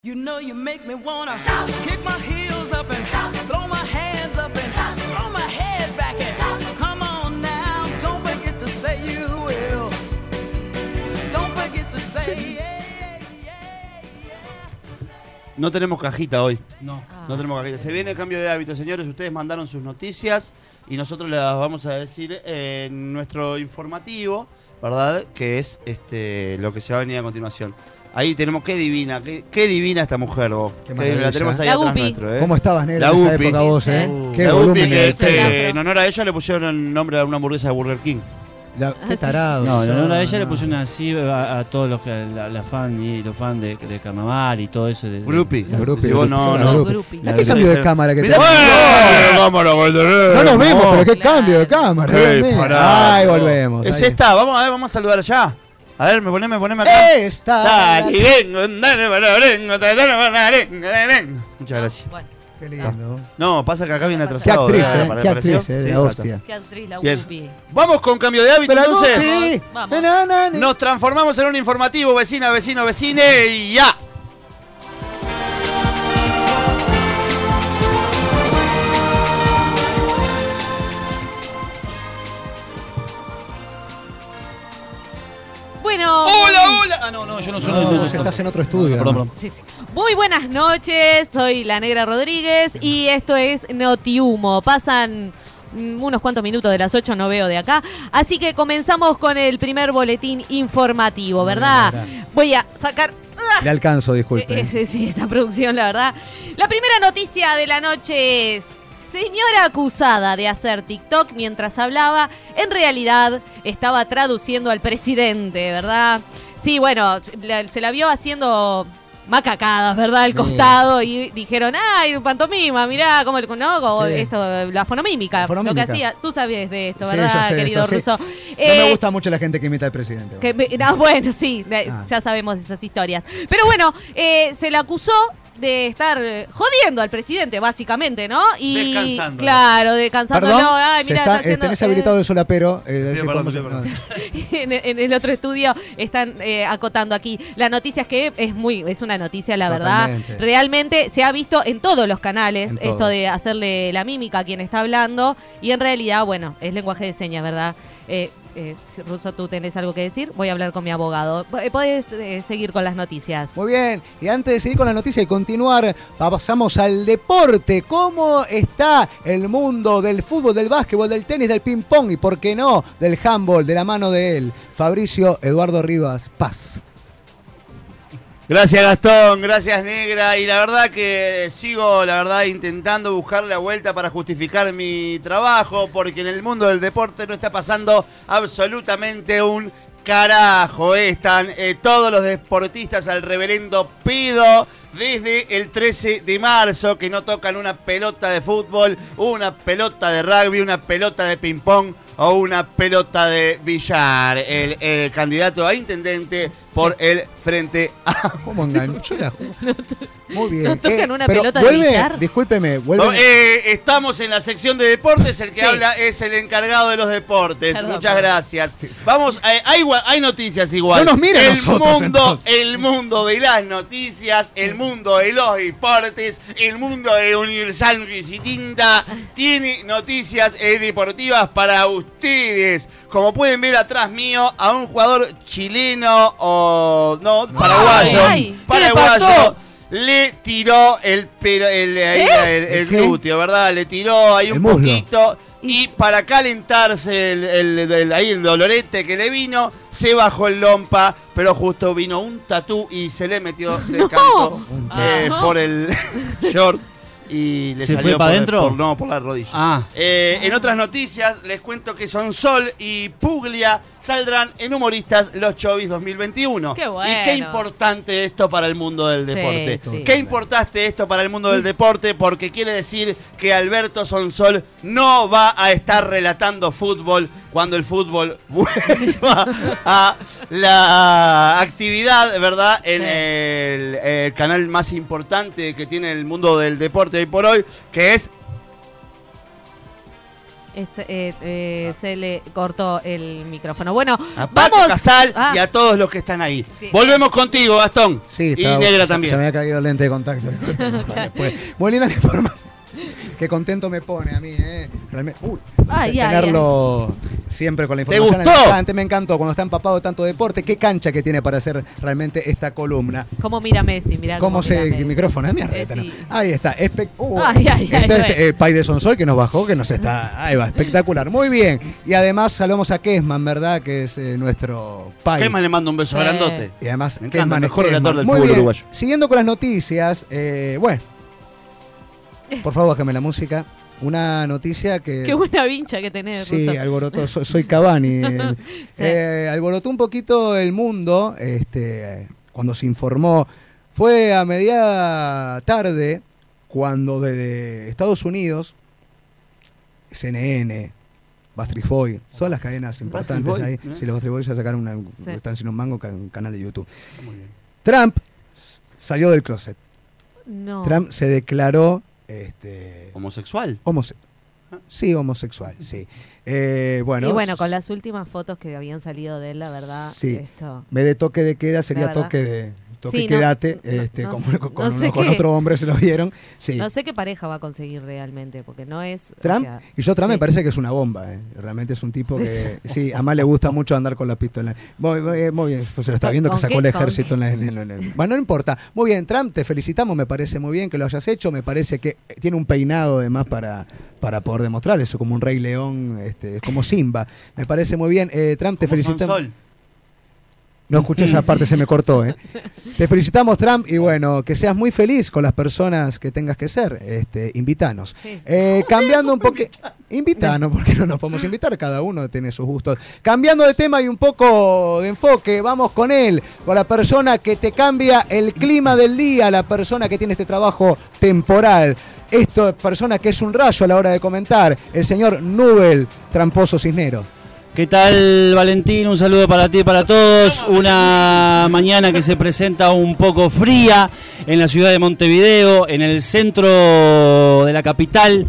You know you make me wanna kick my heels up and throw my hands up and throw my head back and come on now, don't forget to say you will. Don't forget to say No tenemos cajita hoy. No. No tenemos cajita. Se viene el cambio de hábito, señores. Ustedes mandaron sus noticias y nosotros las vamos a decir en nuestro informativo, ¿verdad? Que es lo que se va a venir a continuación. Ahí tenemos, qué divina esta mujer, vos. Qué La tenemos ahí La atrás Guppy. nuestro, ¿Cómo estabas, negra, La en esa Guppy. época vos, Sí. Qué La volumen. Guppy, que en honor a ella le pusieron el nombre a una hamburguesa de Burger King. Qué tarado. No, en honor a ella no. le pusieron así a todos los que la fan y los fans de carnaval y todo eso. Grupi. La Grupi, Si vos no. Grupi. ¿A qué cambio de cámara que Mirá, tenemos? No nos vemos, pero qué Claro. cambio de cámara. Ey, Dios mío. pará. Ay, volvemos. Es ahí. esta, vamos a saludar allá. A ver, poneme acá. Esta. Muchas gracias. Bueno, Qué lindo. No, pasa que acá viene Qué atrasado. actriz, ¿verdad? qué ¿Pareció? actriz, Sí, la hostia. qué actriz la Bien. Guppy. Vamos con cambio de hábito, Pero entonces. Guppy. Vamos. Nos transformamos en un informativo, vecina, vecino, vecine, y ya. Bueno. Hola. Ah, no, yo no No, vos estás en otro estudio. Perdón. Sí, sí. Muy buenas noches, soy la Negra Rodríguez y esto es Notihumo. Pasan unos cuantos minutos de las 8, no veo de acá. Así que comenzamos con el primer boletín informativo, ¿verdad? Voy a sacar... Le alcanzo, disculpe. Sí, esta producción, la verdad. La primera noticia de la noche es: señora acusada de hacer TikTok mientras hablaba, en realidad estaba traduciendo al presidente, ¿verdad? Sí, bueno, se la vio haciendo macacadas, ¿verdad? Al costado y dijeron, ¡ay, pantomima! Mirá, cómo, ¿no? Como Sí. esto, la fonomímica, lo que hacía. Tú sabías de esto, Sí, ¿verdad, yo sé querido esto, sí. ruso? No me gusta mucho la gente que imita al presidente. Bueno, sí, Ah. ya sabemos esas historias. Pero bueno, se le acusó de estar jodiendo al presidente, básicamente, ¿no? Y Descansándolo. Claro, descansándolo. Perdón, Ay, mirá, está haciendo, tenés habilitado el solapero. perdón. en el otro estudio están acotando aquí. La noticia es que es una noticia, la Totalmente. verdad. Realmente se ha visto en todos los canales En esto todos. de hacerle la mímica a quien está hablando. Y en realidad, bueno, es lenguaje de señas, ¿verdad? Ruso, ¿tú tenés algo que decir? Voy a hablar con mi abogado. Podés seguir con las noticias. Muy bien, y antes de seguir con la noticia y continuar, pasamos al deporte. ¿Cómo está el mundo del fútbol, del básquetbol, del tenis, del ping-pong y, por qué no, del handball, de la mano de él? Fabricio Eduardo Rivas Paz. Gracias, Gastón, gracias, Negra. Y la verdad que sigo, intentando buscar la vuelta para justificar mi trabajo, porque en el mundo del deporte no está pasando absolutamente un carajo. Están todos los deportistas al reverendo pido desde el 13 de marzo, que no tocan una pelota de fútbol, una pelota de rugby, una pelota de ping-pong o una pelota de billar. El candidato a intendente por el Frente a... ¿Cómo enganchó la jugada? Muy bien. ¿No tocan una pero pelota de vuelve, billar? discúlpeme, No, vuelve. estamos en la sección de deportes, el que Sí. habla es el encargado de los deportes. Perdón, Muchas perdón. gracias. Vamos, hay noticias igual. No nos mire a nosotros, entonces. El mundo de las noticias, el mundo de los deportes, el mundo de Universal y Tinta tiene noticias deportivas para ustedes. Como pueden ver atrás mío, a un jugador chileno o no, paraguayo, ay, ¿qué paraguayo. Le tiró el ¿El qué? glúteo, ¿verdad? Le tiró ahí El un muslo. poquito. Y para calentarse el dolorete que le vino, se bajó el lompa, pero justo vino un tatú y se le metió del canto por el short. Y le ¿Se salió fue para adentro? No, por la rodilla. Ah. En otras noticias, les cuento que Sonsol y Puglia saldrán en Humoristas los Chovis 2021. Qué bueno. Y qué importante esto para el mundo del Sí, deporte. sí. Qué importante esto para el mundo del deporte, porque quiere decir que Alberto Sonsol no va a estar relatando fútbol cuando el fútbol vuelva a la actividad, ¿verdad? En Sí. el canal más importante que tiene el mundo del deporte hoy por hoy, que es Se le cortó el micrófono. Bueno, A Paco vamos. Casal y a todos los que están ahí. Sí. Volvemos contigo, Gastón. Sí, y Negra también. Se me había caído el lente de contacto. Después. Muy linda la información. Qué contento me pone a mí, realmente. Tenerlo siempre con la información. ¿Te gustó? Me encantó cuando está empapado de tanto deporte. Qué cancha que tiene para hacer realmente esta columna. ¿Cómo mira Messi? Mirá ¿Cómo mira se Messi. el micrófono? Es mierda. Sí. Ahí está. Este Ay, es Pai de Sonsol que nos bajó, que nos está. Ahí va, espectacular. Muy bien. Y además saludamos a Kesman, ¿verdad? Que es nuestro Pai. Kesman le mando un beso Sí. grandote. Y además, Me encanta, Kesman el mejor es relator del Muy fútbol bien. uruguayo. Siguiendo con las noticias, bueno. Por favor, bájame la música. Una noticia que... Qué buena vincha que tenés, Sí, Russo. alborotó, soy Cavani. Sí. Alborotó un poquito el mundo cuando se informó. Fue a media tarde cuando desde Estados Unidos, CNN, Backstreet Boys, todas las cadenas importantes Boys, ahí. ¿eh? Si los Backstreet Boys ya sacaron Sí. están sin un mango, un canal de YouTube. Trump salió del closet. No. Trump se declaró ¿Homosexual? Sí, homosexual, sí. Bueno, Y bueno, con las últimas fotos que habían salido de él, la verdad, Sí. esto... en vez de toque de queda sería La verdad. toque Sí, no, quedate, no con sé con qué. otro hombre se lo vieron. Sí. No sé qué pareja va a conseguir realmente, porque no es... o Trump, sea, y yo Trump me sí. parece que es una bomba, realmente es un tipo que, sí, además le gusta mucho andar con la pistola. Muy bien, pues se lo está viendo que ¿Con sacó qué? el ejército bueno, no importa. Muy bien, Trump, te felicitamos, me parece muy bien que lo hayas hecho, me parece que tiene un peinado además para poder demostrar eso, como un rey león, como Simba. Me parece muy bien. Trump, te felicitamos. Sonsol. No escuché esa parte, se me cortó. Te felicitamos, Trump, y bueno, que seas muy feliz con las personas que tengas que ser. Invítanos. Sí. Cambiando un poco... Invítanos, porque no nos podemos invitar, cada uno tiene sus gustos. Cambiando de tema y un poco de enfoque, vamos con él, con la persona que te cambia el clima del día, la persona que tiene este trabajo temporal. Esta persona que es un rayo a la hora de comentar, el señor Nubel Tramposo Cisneros. ¿Qué tal, Valentín? Un saludo para ti y para todos. Una mañana que se presenta un poco fría en la ciudad de Montevideo, en el centro de la capital,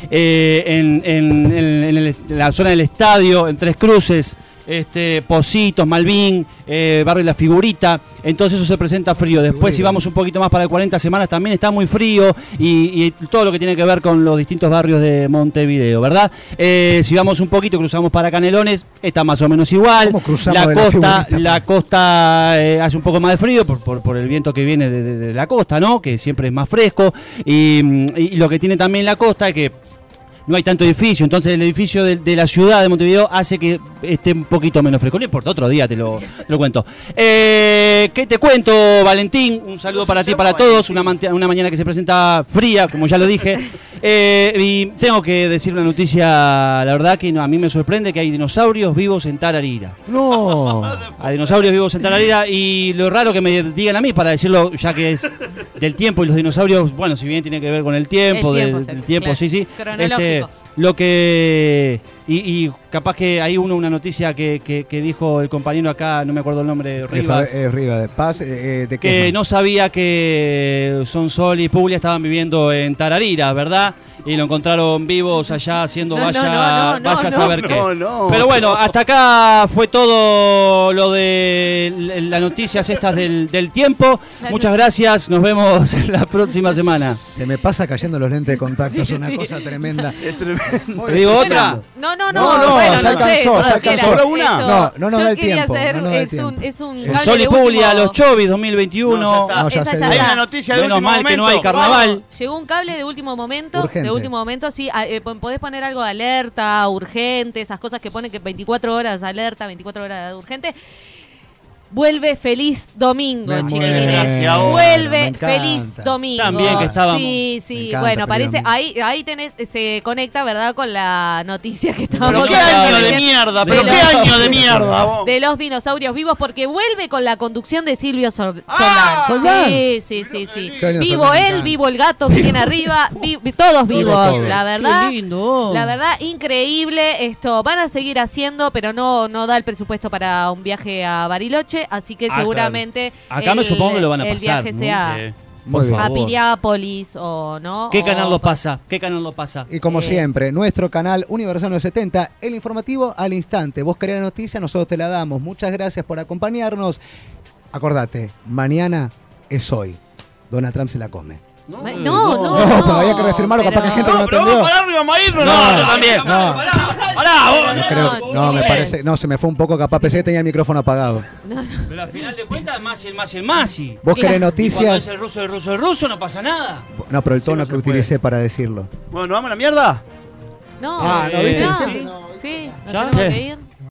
en la zona del estadio, en Tres Cruces, Positos, Malvin, Barrio La Figurita. Entonces eso se presenta frío. Después, si vamos un poquito más para el 40 semanas, también está muy frío y todo lo que tiene que ver con los distintos barrios de Montevideo, ¿verdad? Si vamos un poquito, cruzamos para Canelones, está más o menos igual. ¿Cómo cruzamos de La costa hace un poco más de frío por el viento que viene de la costa, ¿no? Que siempre es más fresco. Y lo que tiene también la costa es que no hay tanto edificio, entonces el edificio de la ciudad de Montevideo hace que esté un poquito menos fresco. No importa, otro día te lo cuento. ¿Qué te cuento, Valentín? Un saludo para ti y para todos. Una mañana que se presenta fría, como ya lo dije. Y tengo que decir una noticia, la verdad que a mí me sorprende que hay dinosaurios vivos en Tararira. No. Hay dinosaurios vivos en Tararira y lo raro que me digan a mí, para decirlo ya que es del tiempo y los dinosaurios, bueno, si bien tiene que ver con el tiempo, del tiempo, claro. sí. Cronológico. Lo que... Y capaz que hay una noticia que dijo el compañero acá, no me acuerdo el nombre, Rivas. Rivas de Paz, ¿de qué? Que no sabía que Sonsol y Puglia estaban viviendo en Tararira, ¿verdad? Y lo encontraron vivos allá haciendo vaya a saber qué. No. Pero bueno, hasta acá fue todo lo de las noticias estas del tiempo. Muchas gracias, nos vemos la próxima semana. Se me pasa cayendo los lentes de contacto, es una cosa tremenda. Es tremendo. ¿Te digo otra? No, No, bueno, ya no sé, alcanzó, ya cualquiera. alcanzó. ¿Solo una? Esto, No nos yo da el quería tiempo, hacer- no nos da el es un- tiempo. es un El cable Sol y de Puglia, último- los Chovis 2021. No, ya está. No, ya Esa se ya Hay dio. una noticia de Menos último mal que momento. no hay carnaval. Llegó un cable de último momento. Urgente. De último momento, sí. Podés poner algo de alerta, urgente, esas cosas que ponen que 24 horas alerta, 24 horas urgente. Vuelve Feliz Domingo, Me chiquilines. gracias, me Vuelve encanta. Feliz Domingo. También que estábamos. Sí, Me sí. encanta, Bueno, Feliz parece, Domingo. ahí tenés, se conecta, ¿verdad? Con la noticia que estábamos Pero qué Vamos a año ver. de mierda, pero De qué los- año de mierda, vos. de los dinosaurios vivos, porque vuelve con la conducción de Silvio Soldán. ¿Soldán? Sí. Qué lindo Vivo Soldán, me él, encanta. vivo el gato que tiene arriba, todos vivos, todos. la verdad. Qué lindo. La verdad, increíble. Esto van a seguir haciendo, pero no da el presupuesto para un viaje a Bariloche, así que Ah, seguramente claro. Acá me supongo que lo van a el pasar, viaje ¿no? sea. Sí. Muy bien. a Piriápolis o no. ¿Qué o- canal lo pasa? ¿Qué canal lo pasa? Y como Sí. siempre, nuestro canal Universal 970, el informativo al instante. Vos querés la noticia, nosotros te la damos. Muchas gracias por acompañarnos. Acordate, mañana es hoy. Donald Trump se la come. No. No, pero había que reafirmarlo, capaz que hay gente que no pero vamos entendió. a pararlo y vamos a irnos. No, No, yo también. No, Pará, vos. no, me Chile. parece, no, se me fue un poco, capaz pensé que tenía el micrófono apagado. Pero al final de cuentas, el Masi. Vos querés Y cuando es noticias, el ruso, no pasa nada. no, pero el tono no se que puede. utilicé para decirlo. Bueno, ¿nos vamos a la mierda? No. Ah, no, ¿viste? Sí. Siempre no, Sí, nos ¿Ya? tenemos ¿Qué? que ir.